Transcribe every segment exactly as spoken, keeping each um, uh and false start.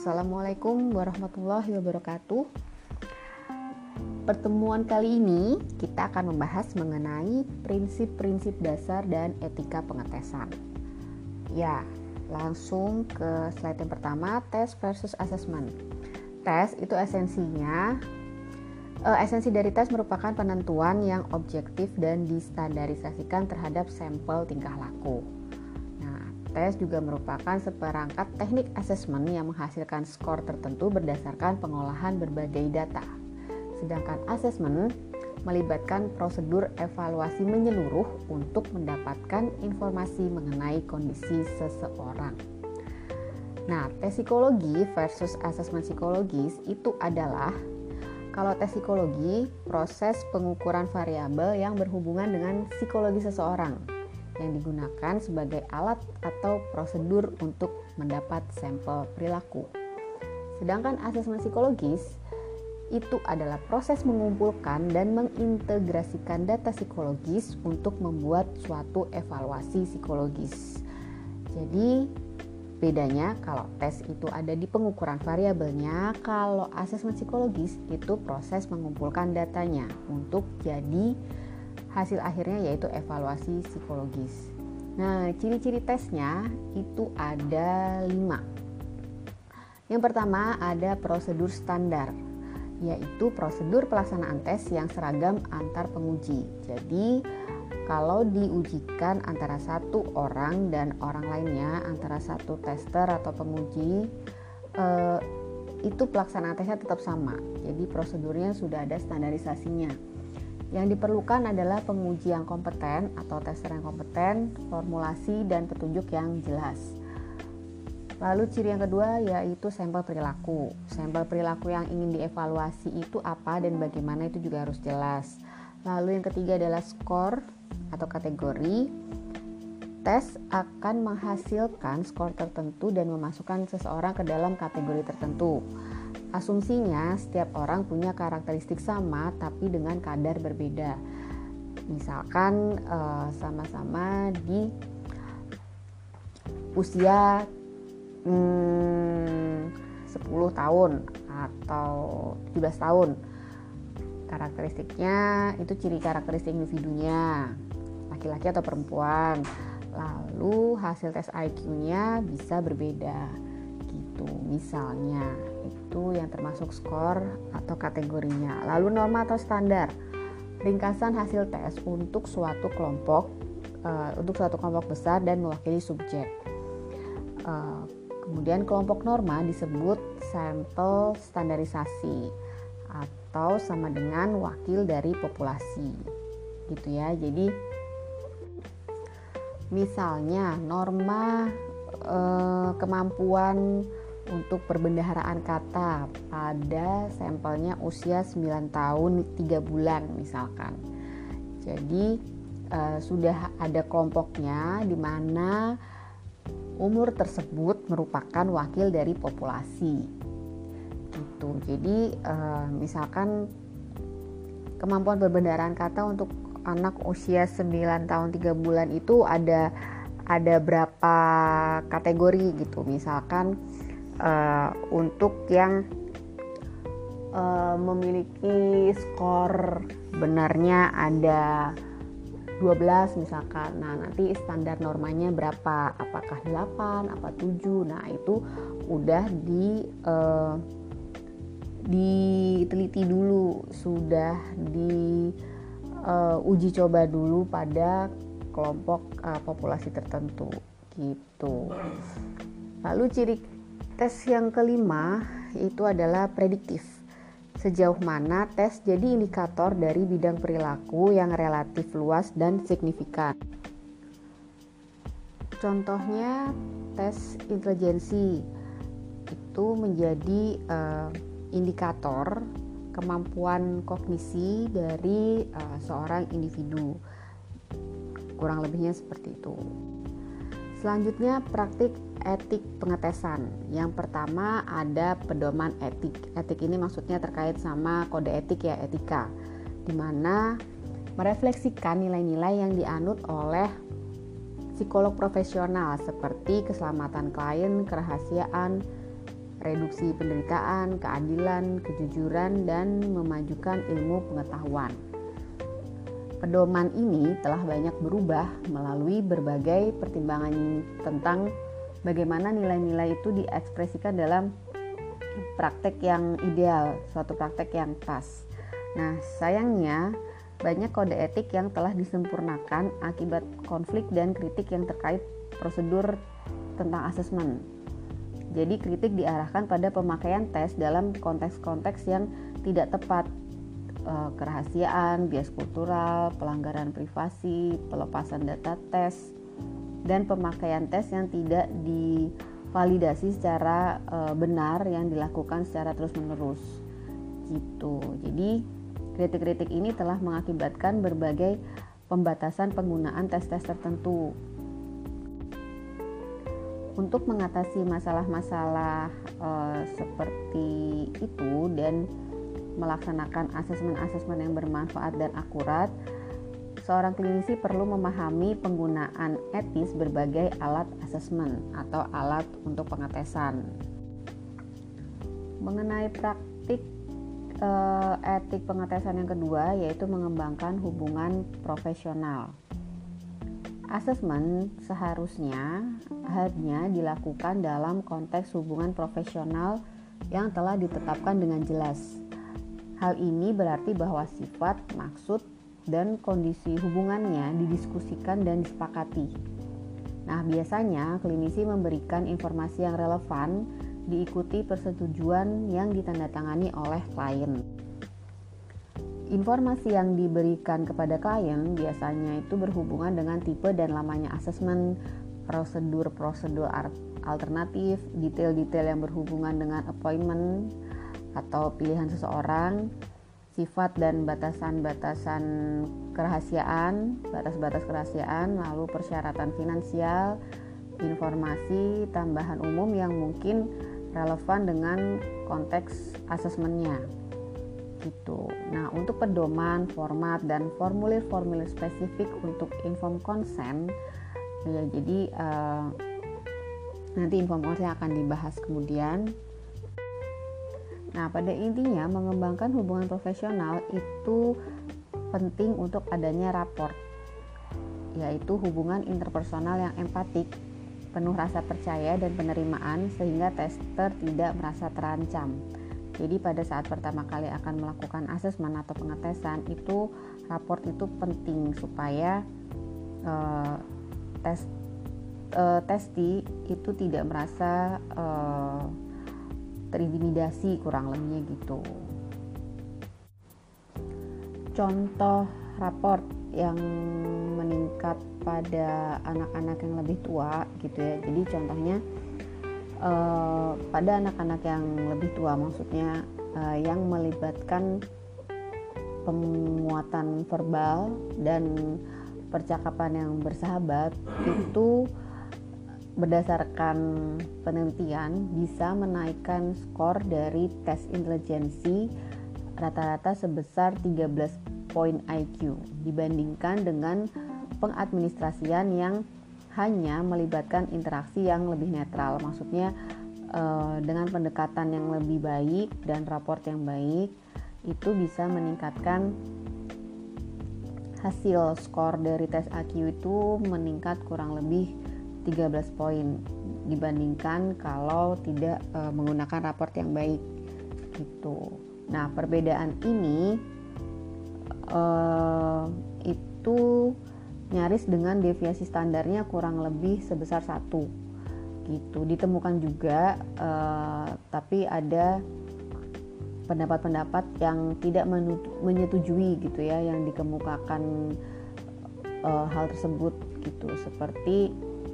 Assalamualaikum warahmatullahi wabarakatuh. Pertemuan kali ini kita akan membahas mengenai prinsip-prinsip dasar dan etika pengetesan. Ya, langsung ke slide yang pertama, tes versus assessment. Tes itu esensinya, eh, esensi dari tes merupakan penentuan yang objektif dan distandarisasikan terhadap sampel tingkah laku. Tes juga merupakan seperangkat teknik asesmen yang menghasilkan skor tertentu berdasarkan pengolahan berbagai data. Sedangkan asesmen melibatkan prosedur evaluasi menyeluruh untuk mendapatkan informasi mengenai kondisi seseorang. Nah, tes psikologi versus asesmen psikologis itu adalah, kalau tes psikologi, proses pengukuran variabel yang berhubungan dengan psikologi seseorang yang digunakan sebagai alat atau prosedur untuk mendapat sampel perilaku. Sedangkan asesmen psikologis itu adalah proses mengumpulkan dan mengintegrasikan data psikologis untuk membuat suatu evaluasi psikologis. Jadi bedanya, kalau tes itu ada di pengukuran variabelnya, kalau asesmen psikologis itu proses mengumpulkan datanya untuk jadi hasil akhirnya yaitu evaluasi psikologis. Nah, ciri-ciri tesnya itu ada lima. Yang pertama ada prosedur standar, yaitu prosedur pelaksanaan tes yang seragam antar penguji. Jadi, kalau diujikan antara satu orang dan orang lainnya, antara satu tester atau penguji, eh, itu pelaksanaan tesnya tetap sama. Jadi, prosedurnya sudah ada standarisasinya. Yang diperlukan adalah penguji yang kompeten atau tester yang kompeten, formulasi dan petunjuk yang jelas. Lalu ciri yang kedua yaitu sampel perilaku. Sampel perilaku yang ingin dievaluasi itu apa dan bagaimana itu juga harus jelas. Lalu yang ketiga adalah skor atau kategori. Tes akan menghasilkan skor tertentu dan memasukkan seseorang ke dalam kategori tertentu. Asumsinya setiap orang punya karakteristik sama tapi dengan kadar berbeda. Misalkan eh, sama-sama di usia hmm, sepuluh tahun atau tujuh belas tahun. Karakteristiknya itu ciri karakteristik individunya, laki-laki atau perempuan. Lalu hasil tes I Q-nya bisa berbeda gitu. Misalnya itu yang termasuk skor atau kategorinya. Lalu norma atau standar, ringkasan hasil tes untuk suatu kelompok uh, untuk suatu kelompok besar dan mewakili subjek. Uh, kemudian kelompok norma disebut sampel standarisasi atau sama dengan wakil dari populasi gitu ya. Jadi misalnya norma uh, kemampuan untuk perbendaharaan kata pada sampelnya usia sembilan tahun tiga bulan misalkan. Jadi uh, sudah ada kelompoknya di mana umur tersebut merupakan wakil dari populasi. Gitu. Jadi uh, misalkan kemampuan perbendaharaan kata untuk anak usia sembilan tahun tiga bulan itu ada ada berapa kategori gitu. Misalkan Uh, untuk yang uh, memiliki skor benarnya ada dua belas misalkan. Nah, nanti standar normanya berapa? Apakah delapan, apa tujuh? Nah, itu udah di uh, diteliti dulu, sudah di uh, uji coba dulu pada kelompok uh, populasi tertentu gitu. Lalu ciri tes yang kelima itu adalah prediktif. Sejauh mana tes jadi indikator dari bidang perilaku yang relatif luas dan signifikan. Contohnya tes intelijensi itu menjadi uh, indikator kemampuan kognisi dari uh, seorang individu. Kurang lebihnya seperti itu. Selanjutnya praktik etik pengetesan. Yang pertama ada pedoman etik. Etik ini maksudnya terkait sama kode etik ya, etika, di mana merefleksikan nilai-nilai yang dianut oleh psikolog profesional seperti keselamatan klien, kerahasiaan, reduksi penderitaan, keadilan, kejujuran, dan memajukan ilmu pengetahuan. Pedoman ini telah banyak berubah melalui berbagai pertimbangan tentang bagaimana nilai-nilai itu diekspresikan dalam praktek yang ideal, suatu praktek yang pas. Nah, sayangnya banyak kode etik yang telah disempurnakan akibat konflik dan kritik yang terkait prosedur tentang asesmen. Jadi kritik diarahkan pada pemakaian tes dalam konteks-konteks yang tidak tepat, kerahasiaan, bias kultural, pelanggaran privasi, pelepasan data tes, dan pemakaian tes yang tidak divalidasi secara e, benar yang dilakukan secara terus-menerus gitu. Jadi kritik-kritik ini telah mengakibatkan berbagai pembatasan penggunaan tes-tes tertentu. Untuk mengatasi masalah-masalah e, seperti itu dan melaksanakan asesmen-asesmen yang bermanfaat dan akurat, seorang klinisi perlu memahami penggunaan etis berbagai alat asesmen atau alat untuk pengetesan. Mengenai praktik eh, etik pengetesan yang kedua, yaitu mengembangkan hubungan profesional. Asesmen seharusnya hanya dilakukan dalam konteks hubungan profesional yang telah ditetapkan dengan jelas. Hal ini berarti bahwa sifat, maksud, dan kondisi hubungannya didiskusikan dan disepakati. Nah, biasanya klinisi memberikan informasi yang relevan diikuti persetujuan yang ditandatangani oleh klien. Informasi yang diberikan kepada klien biasanya itu berhubungan dengan tipe dan lamanya asesmen, prosedur-prosedur alternatif, detail-detail yang berhubungan dengan appointment atau pilihan seseorang, sifat dan batasan-batasan kerahasiaan, batas-batas kerahasiaan, lalu persyaratan finansial, informasi tambahan umum yang mungkin relevan dengan konteks asesmennya gitu. Nah, untuk pedoman, format, dan formulir-formulir spesifik untuk inform consent, ya jadi uh, nanti inform consent akan dibahas kemudian. Nah, pada intinya mengembangkan hubungan profesional itu penting untuk adanya rapport, yaitu hubungan interpersonal yang empatik, penuh rasa percaya dan penerimaan sehingga tester tidak merasa terancam. Jadi pada saat pertama kali akan melakukan asesmen atau pengetesan itu rapport itu penting supaya uh, tes uh, testi itu tidak merasa uh, terintimidasi, kurang lebihnya gitu. Contoh raport yang meningkat pada anak-anak yang lebih tua gitu ya. Jadi contohnya eh, pada anak-anak yang lebih tua, maksudnya eh, yang melibatkan penguatan verbal dan percakapan yang bersahabat itu berdasarkan penelitian bisa menaikkan skor dari tes intelijensi rata-rata sebesar tiga belas poin I Q dibandingkan dengan pengadministrasian yang hanya melibatkan interaksi yang lebih netral. Maksudnya eh, dengan pendekatan yang lebih baik dan raport yang baik itu bisa meningkatkan hasil skor dari tes I Q itu meningkat kurang lebih tiga belas poin dibandingkan kalau tidak e, menggunakan raport yang baik gitu. Nah, perbedaan ini e, itu nyaris dengan deviasi standarnya kurang lebih sebesar satu gitu. Ditemukan juga e, tapi ada pendapat-pendapat yang tidak menyetujui gitu ya yang dikemukakan e, hal tersebut gitu, seperti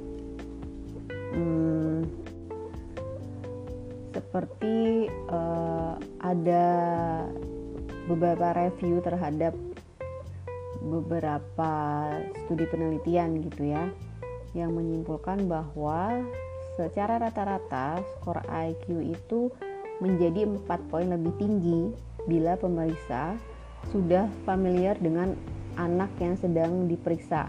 Hmm, seperti uh, ada beberapa review terhadap beberapa studi penelitian gitu ya yang menyimpulkan bahwa secara rata-rata skor I Q itu menjadi empat poin lebih tinggi bila pemeriksa sudah familiar dengan anak yang sedang diperiksa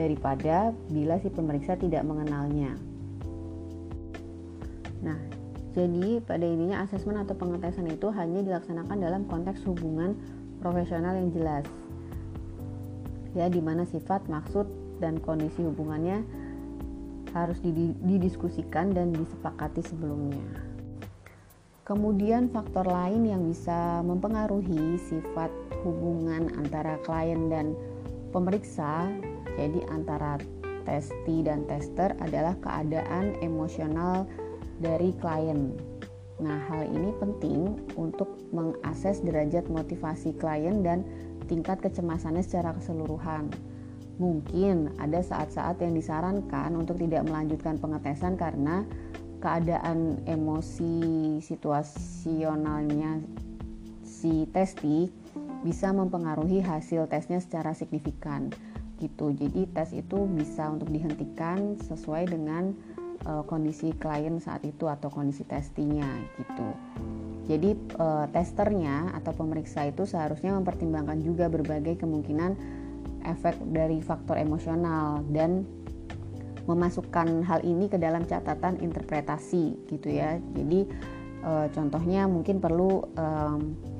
daripada bila si pemeriksa tidak mengenalnya. Nah, Jadi pada intinya asesmen atau pengetesan itu hanya dilaksanakan dalam konteks hubungan profesional yang jelas, ya, di mana sifat, maksud, dan kondisi hubungannya harus didiskusikan dan disepakati sebelumnya. Kemudian faktor lain yang bisa mempengaruhi sifat hubungan antara klien dan pemeriksa, jadi antara testi dan tester, adalah keadaan emosional dari klien. Nah, hal ini penting untuk mengakses derajat motivasi klien dan tingkat kecemasannya secara keseluruhan. Mungkin ada saat-saat yang disarankan untuk tidak melanjutkan pengetesan karena keadaan emosi situasionalnya si testi bisa mempengaruhi hasil tesnya secara signifikan gitu. Jadi tes itu bisa untuk dihentikan sesuai dengan uh, kondisi klien saat itu atau kondisi testinya gitu. Jadi uh, testernya atau pemeriksa itu seharusnya mempertimbangkan juga berbagai kemungkinan efek dari faktor emosional dan memasukkan hal ini ke dalam catatan interpretasi gitu ya. Jadi uh, contohnya mungkin perlu um,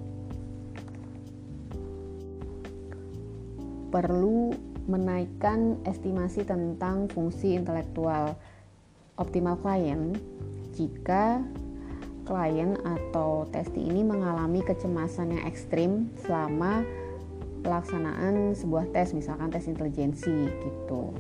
perlu menaikkan estimasi tentang fungsi intelektual optimal klien jika klien atau testi ini mengalami kecemasan yang ekstrim selama pelaksanaan sebuah tes, misalkan tes intelijensi gitu.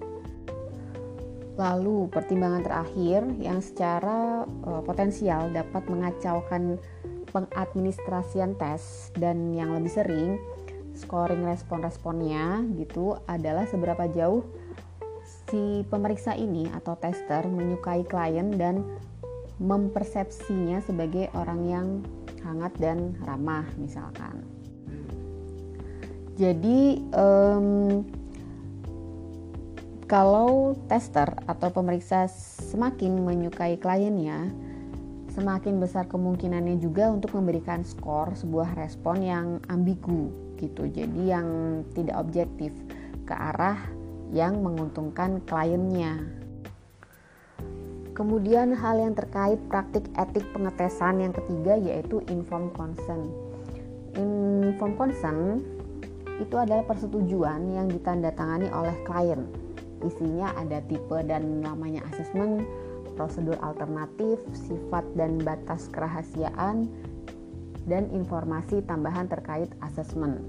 Lalu pertimbangan terakhir yang secara uh, potensial dapat mengacaukan pengadministrasian tes dan yang lebih sering scoring respon-responnya gitu adalah seberapa jauh si pemeriksa ini atau tester menyukai klien dan mempersepsinya sebagai orang yang hangat dan ramah misalkan. Jadi um, kalau tester atau pemeriksa semakin menyukai kliennya, semakin besar kemungkinannya juga untuk memberikan skor sebuah respon yang ambigu gitu. Jadi yang tidak objektif ke arah yang menguntungkan kliennya. Kemudian hal yang terkait praktik etik pengetesan yang ketiga yaitu informed consent. Informed consent itu adalah persetujuan yang ditandatangani oleh klien. Isinya ada tipe dan namanya asesmen, prosedur alternatif, sifat dan batas kerahasiaan, dan informasi tambahan terkait asesmen.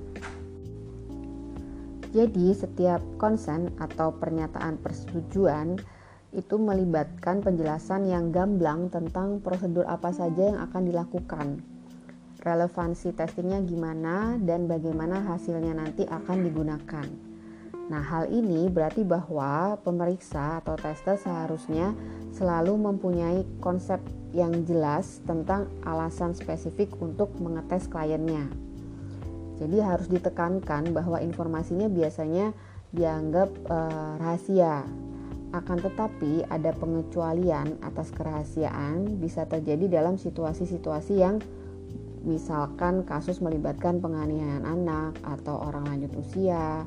Jadi setiap konsen atau pernyataan persetujuan itu melibatkan penjelasan yang gamblang tentang prosedur apa saja yang akan dilakukan, relevansi testingnya gimana, dan bagaimana hasilnya nanti akan digunakan. Nah, hal ini berarti bahwa pemeriksa atau tester seharusnya selalu mempunyai konsep yang jelas tentang alasan spesifik untuk mengetes kliennya. Jadi harus ditekankan bahwa informasinya biasanya dianggap e, rahasia. Akan tetapi ada pengecualian atas kerahasiaan bisa terjadi dalam situasi-situasi yang misalkan kasus melibatkan penganiayaan anak atau orang lanjut usia.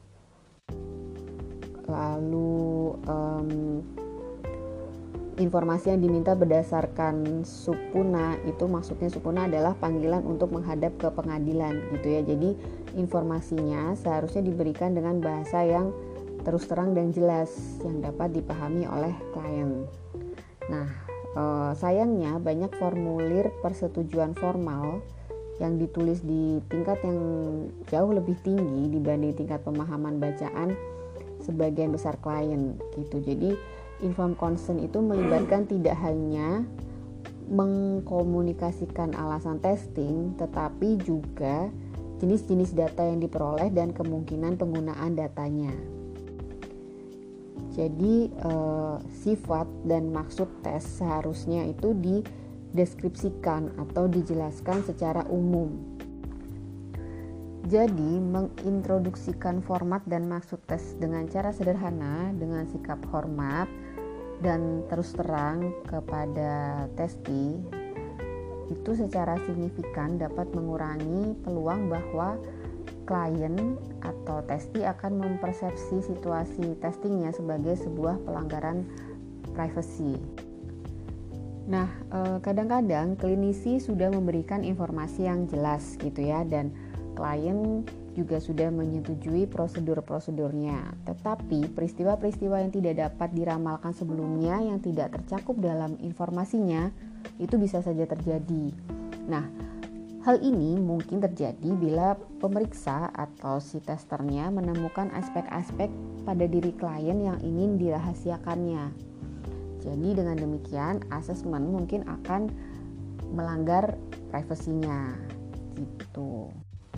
Lalu um, informasi yang diminta berdasarkan subpuna, itu maksudnya subpuna adalah panggilan untuk menghadap ke pengadilan gitu ya. Jadi informasinya seharusnya diberikan dengan bahasa yang terus terang dan jelas yang dapat dipahami oleh klien. Nah, eh, sayangnya banyak formulir persetujuan formal yang ditulis di tingkat yang jauh lebih tinggi dibanding tingkat pemahaman bacaan sebagian besar klien gitu. Jadi informed consent itu melibatkan tidak hanya mengkomunikasikan alasan testing, tetapi juga jenis-jenis data yang diperoleh dan kemungkinan penggunaan datanya. Jadi eh, sifat dan maksud tes seharusnya itu dideskripsikan atau dijelaskan secara umum. Jadi mengintroduksikan format dan maksud tes dengan cara sederhana, dengan sikap hormat dan terus terang kepada testi, itu secara signifikan dapat mengurangi peluang bahwa klien atau testi akan mempersepsi situasi testingnya sebagai sebuah pelanggaran privasi. Nah, eh, kadang-kadang klinisi sudah memberikan informasi yang jelas gitu ya, dan klien juga sudah menyetujui prosedur-prosedurnya. Tetapi peristiwa-peristiwa yang tidak dapat diramalkan sebelumnya, yang tidak tercakup dalam informasinya, itu bisa saja terjadi. Nah, hal ini mungkin terjadi bila pemeriksa atau si testernya menemukan aspek-aspek pada diri klien yang ingin dirahasiakannya. Jadi dengan demikian asesmen mungkin akan melanggar privasinya gitu.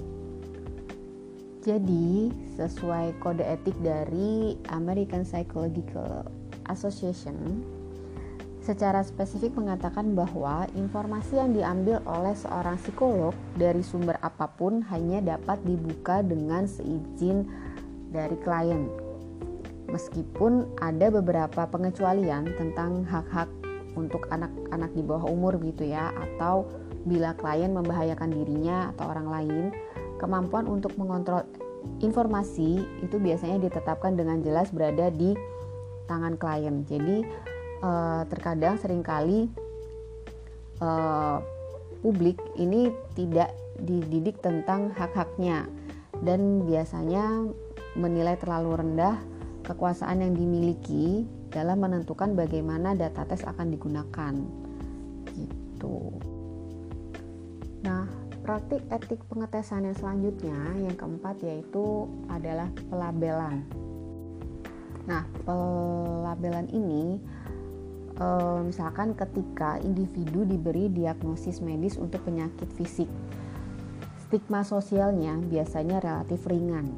Jadi sesuai kode etik dari American Psychological Association, secara spesifik mengatakan bahwa informasi yang diambil oleh seorang psikolog dari sumber apapun hanya dapat dibuka dengan seizin dari klien. Meskipun ada beberapa pengecualian tentang hak-hak untuk anak-anak di bawah umur gitu ya, atau bila klien membahayakan dirinya atau orang lain, kemampuan untuk mengontrol informasi itu biasanya ditetapkan dengan jelas berada di tangan klien. Jadi eh, terkadang seringkali eh, publik ini tidak dididik tentang hak-haknya dan biasanya menilai terlalu rendah kekuasaan yang dimiliki dalam menentukan bagaimana data tes akan digunakan gitu. Nah, praktik etik pengetesan yang selanjutnya yang keempat yaitu adalah pelabelan. Nah, pelabelan ini e, misalkan ketika individu diberi diagnosis medis untuk penyakit fisik, stigma sosialnya biasanya relatif ringan.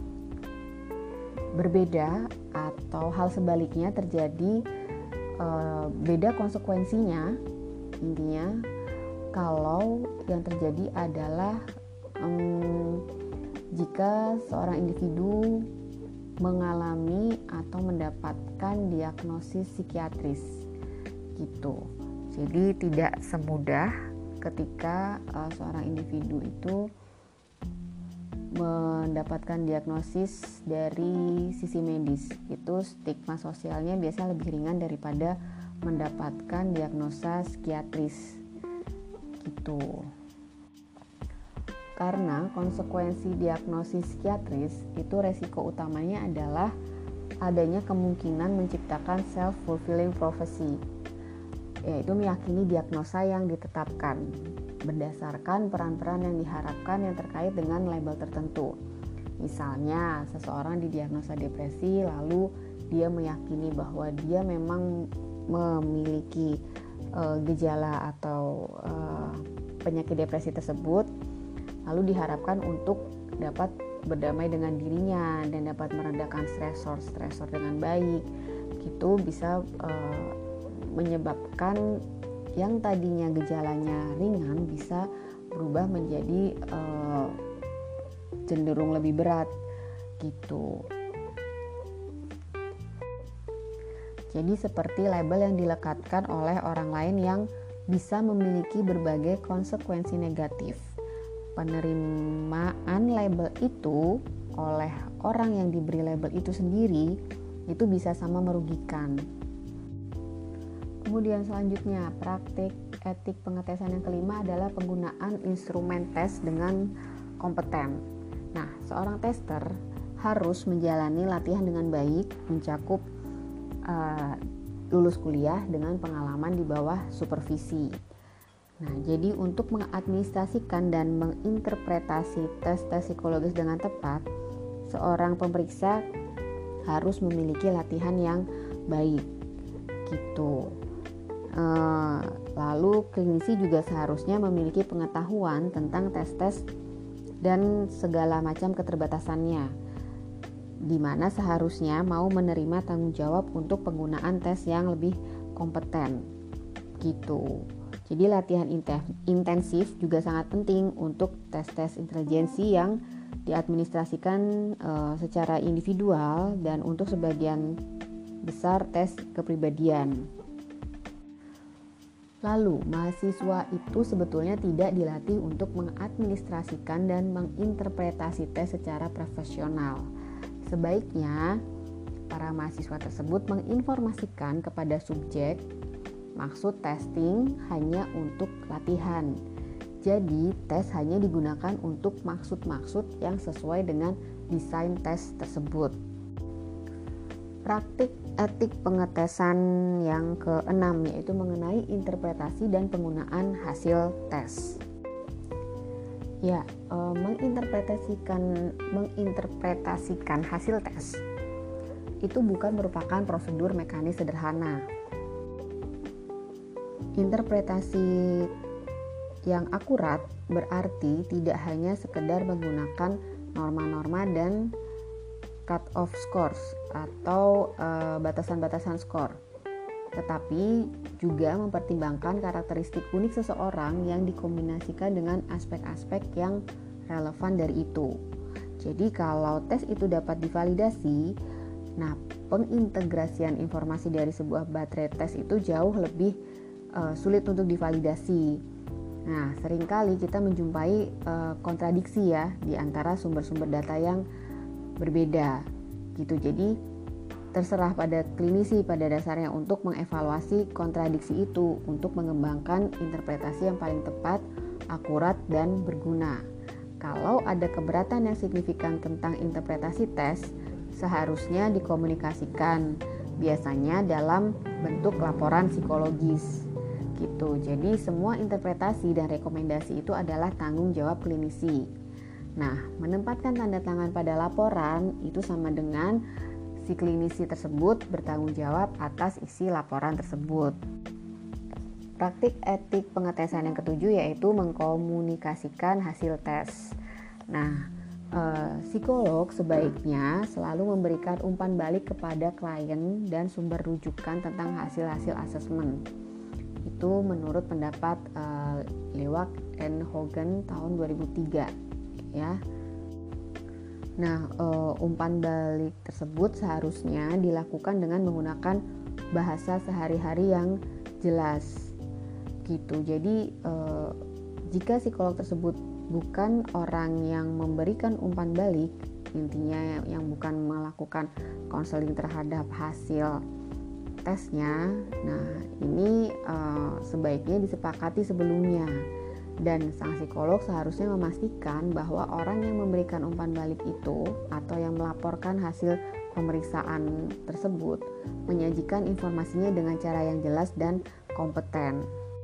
Berbeda atau hal sebaliknya terjadi e, beda konsekuensinya. Intinya kalau yang terjadi adalah em, jika seorang individu mengalami atau mendapatkan diagnosis psikiatris gitu. Jadi tidak semudah ketika e, seorang individu itu mendapatkan diagnosis dari sisi medis. Itu stigma sosialnya biasanya lebih ringan daripada mendapatkan diagnosa psikiatris gitu. Karena konsekuensi diagnosis psikiatris itu resiko utamanya adalah adanya kemungkinan menciptakan self-fulfilling prophecy, yaitu meyakini diagnosa yang ditetapkan berdasarkan peran-peran yang diharapkan yang terkait dengan label tertentu. Misalnya, seseorang didiagnosa depresi lalu dia meyakini bahwa dia memang memiliki uh, gejala atau uh, penyakit depresi tersebut, lalu diharapkan untuk dapat berdamai dengan dirinya dan dapat meredakan stresor-stresor dengan baik. Gitu bisa uh, menyebabkan yang tadinya gejalanya ringan bisa berubah menjadi uh, cenderung lebih berat gitu. Jadi seperti label yang dilekatkan oleh orang lain yang bisa memiliki berbagai konsekuensi negatif. Penerimaan label itu oleh orang yang diberi label itu sendiri itu bisa sama merugikan. Kemudian selanjutnya, praktik etik pengetesan yang kelima adalah penggunaan instrumen tes dengan kompeten. Nah, seorang tester harus menjalani latihan dengan baik, mencakup uh, lulus kuliah dengan pengalaman di bawah supervisi. Nah, jadi untuk mengadministrasikan dan menginterpretasi tes-tes psikologis dengan tepat, seorang pemeriksa harus memiliki latihan yang baik gitu. Uh, lalu klinisi juga seharusnya memiliki pengetahuan tentang tes-tes dan segala macam keterbatasannya, di mana seharusnya mau menerima tanggung jawab untuk penggunaan tes yang lebih kompeten gitu. Jadi latihan intensif juga sangat penting untuk tes-tes intelijensi yang diadministrasikan uh, secara individual dan untuk sebagian besar tes kepribadian. Lalu, mahasiswa itu sebetulnya tidak dilatih untuk mengadministrasikan dan menginterpretasi tes secara profesional. Sebaiknya, para mahasiswa tersebut menginformasikan kepada subjek Maksud testing hanya untuk latihan. Jadi, tes hanya digunakan untuk maksud-maksud yang sesuai dengan desain tes tersebut. Praktik etik pengetesan yang keenam yaitu mengenai interpretasi dan penggunaan hasil tes. Ya, e, menginterpretasikan menginterpretasikan hasil tes itu bukan merupakan prosedur mekanis sederhana. Interpretasi yang akurat berarti tidak hanya sekedar menggunakan norma-norma dan cut-off scores atau uh, batasan-batasan skor, tetapi juga mempertimbangkan karakteristik unik seseorang yang dikombinasikan dengan aspek-aspek yang relevan dari itu. Jadi kalau tes itu dapat divalidasi, nah pengintegrasian informasi dari sebuah baterai tes itu jauh lebih uh, sulit untuk divalidasi. Nah, seringkali kita menjumpai uh, kontradiksi ya di antara sumber-sumber data yang berbeda gitu. Jadi terserah pada klinisi pada dasarnya untuk mengevaluasi kontradiksi itu untuk mengembangkan interpretasi yang paling tepat, akurat dan berguna. Kalau ada keberatan yang signifikan tentang interpretasi tes, seharusnya dikomunikasikan, biasanya dalam bentuk laporan psikologis gitu. Jadi semua interpretasi dan rekomendasi itu adalah tanggung jawab klinisi. Nah, menempatkan tanda tangan pada laporan itu sama dengan si klinisi tersebut bertanggung jawab atas isi laporan tersebut. Praktik etik pengetesan yang ketujuh yaitu mengkomunikasikan hasil tes. Nah, eh, psikolog sebaiknya selalu memberikan umpan balik kepada klien dan sumber rujukan tentang hasil-hasil asesmen. Itu menurut pendapat eh, Lewak and Hogan tahun dua ribu tiga. Ya. Nah, uh, umpan balik tersebut seharusnya dilakukan dengan menggunakan bahasa sehari-hari yang jelas, gitu. Jadi, uh, jika psikolog tersebut bukan orang yang memberikan umpan balik, intinya yang bukan melakukan konseling terhadap hasil tesnya, nah ini uh, sebaiknya disepakati sebelumnya. Dan sang psikolog seharusnya memastikan bahwa orang yang memberikan umpan balik itu atau yang melaporkan hasil pemeriksaan tersebut menyajikan informasinya dengan cara yang jelas dan kompeten.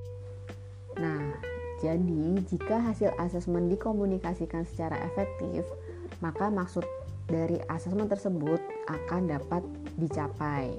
Nah, jadi jika hasil asesmen dikomunikasikan secara efektif, maka maksud dari asesmen tersebut akan dapat dicapai.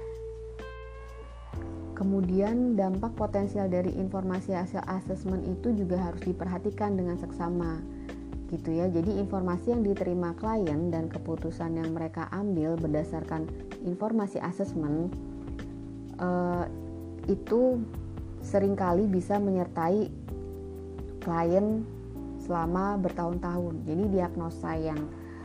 Kemudian dampak potensial dari informasi hasil asesmen itu juga harus diperhatikan dengan seksama gitu ya. Jadi informasi yang diterima klien dan keputusan yang mereka ambil berdasarkan informasi asesmen eh, itu seringkali bisa menyertai klien selama bertahun-tahun. Jadi diagnosa yang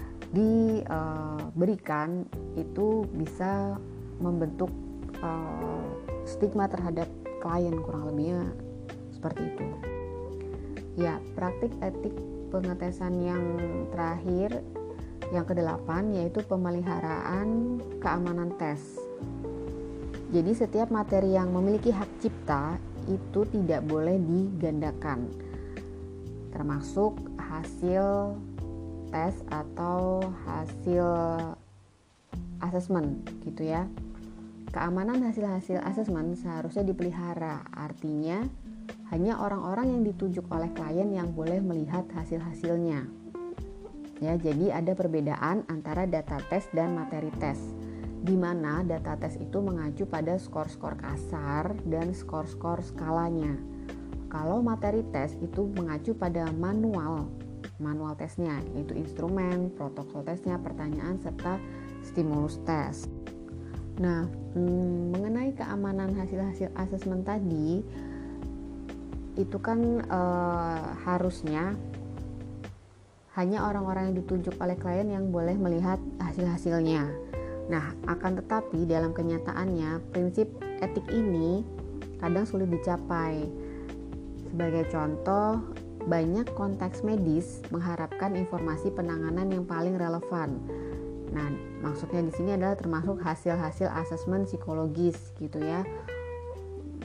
diberikan itu bisa membentuk eh, stigma terhadap klien, kurang lebihnya seperti itu. Ya, praktik etik pengetesan yang terakhir, yang kedelapan, yaitu pemeliharaan keamanan tes. Jadi setiap materi yang memiliki hak cipta itu tidak boleh digandakan, termasuk hasil tes atau hasil asesmen gitu ya. Keamanan hasil-hasil asesmen seharusnya dipelihara, artinya hanya orang-orang yang ditunjuk oleh klien yang boleh melihat hasil-hasilnya. Ya, jadi ada perbedaan antara data tes dan materi tes, di mana data tes itu mengacu pada skor-skor kasar dan skor-skor skalanya. Kalau materi tes itu mengacu pada manual, manual tesnya, yaitu instrumen, protokol tesnya, pertanyaan, serta stimulus tes. Nah, hmm, mengenai keamanan hasil-hasil asesmen tadi, itu kan eh, harusnya hanya orang-orang yang ditunjuk oleh klien yang boleh melihat hasil-hasilnya. Nah, akan tetapi dalam kenyataannya prinsip etik ini kadang sulit dicapai. Sebagai contoh, banyak konteks medis mengharapkan informasi penanganan yang paling relevan. Nah, maksudnya di sini adalah termasuk hasil-hasil asesmen psikologis gitu ya.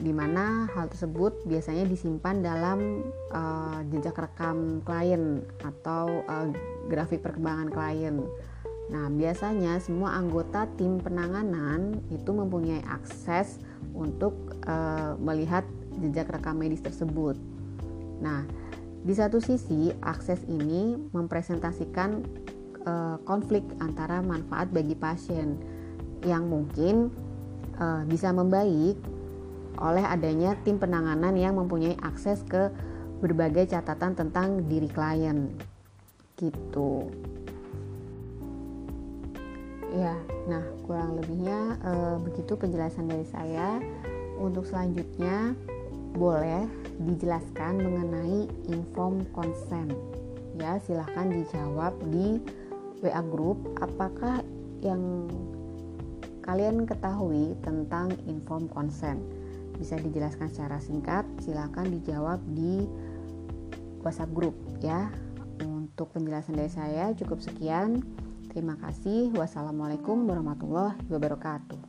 di mana hal tersebut biasanya disimpan dalam uh, jejak rekam klien atau uh, grafik perkembangan klien. Nah, biasanya semua anggota tim penanganan itu mempunyai akses untuk uh, melihat jejak rekam medis tersebut. Nah, di satu sisi akses ini mempresentasikan uh, konflik antara manfaat bagi pasien yang mungkin uh, bisa membaik oleh adanya tim penanganan yang mempunyai akses ke berbagai catatan tentang diri klien gitu. Ya, nah kurang lebihnya e, begitu penjelasan dari saya. Untuk selanjutnya boleh dijelaskan mengenai informed consent. Ya, silahkan dijawab di W A group apakah yang kalian ketahui tentang informed consent. Bisa dijelaskan secara singkat, silakan dijawab di WhatsApp group ya. Untuk penjelasan dari saya cukup sekian. Terima kasih. Wassalamualaikum warahmatullahi wabarakatuh.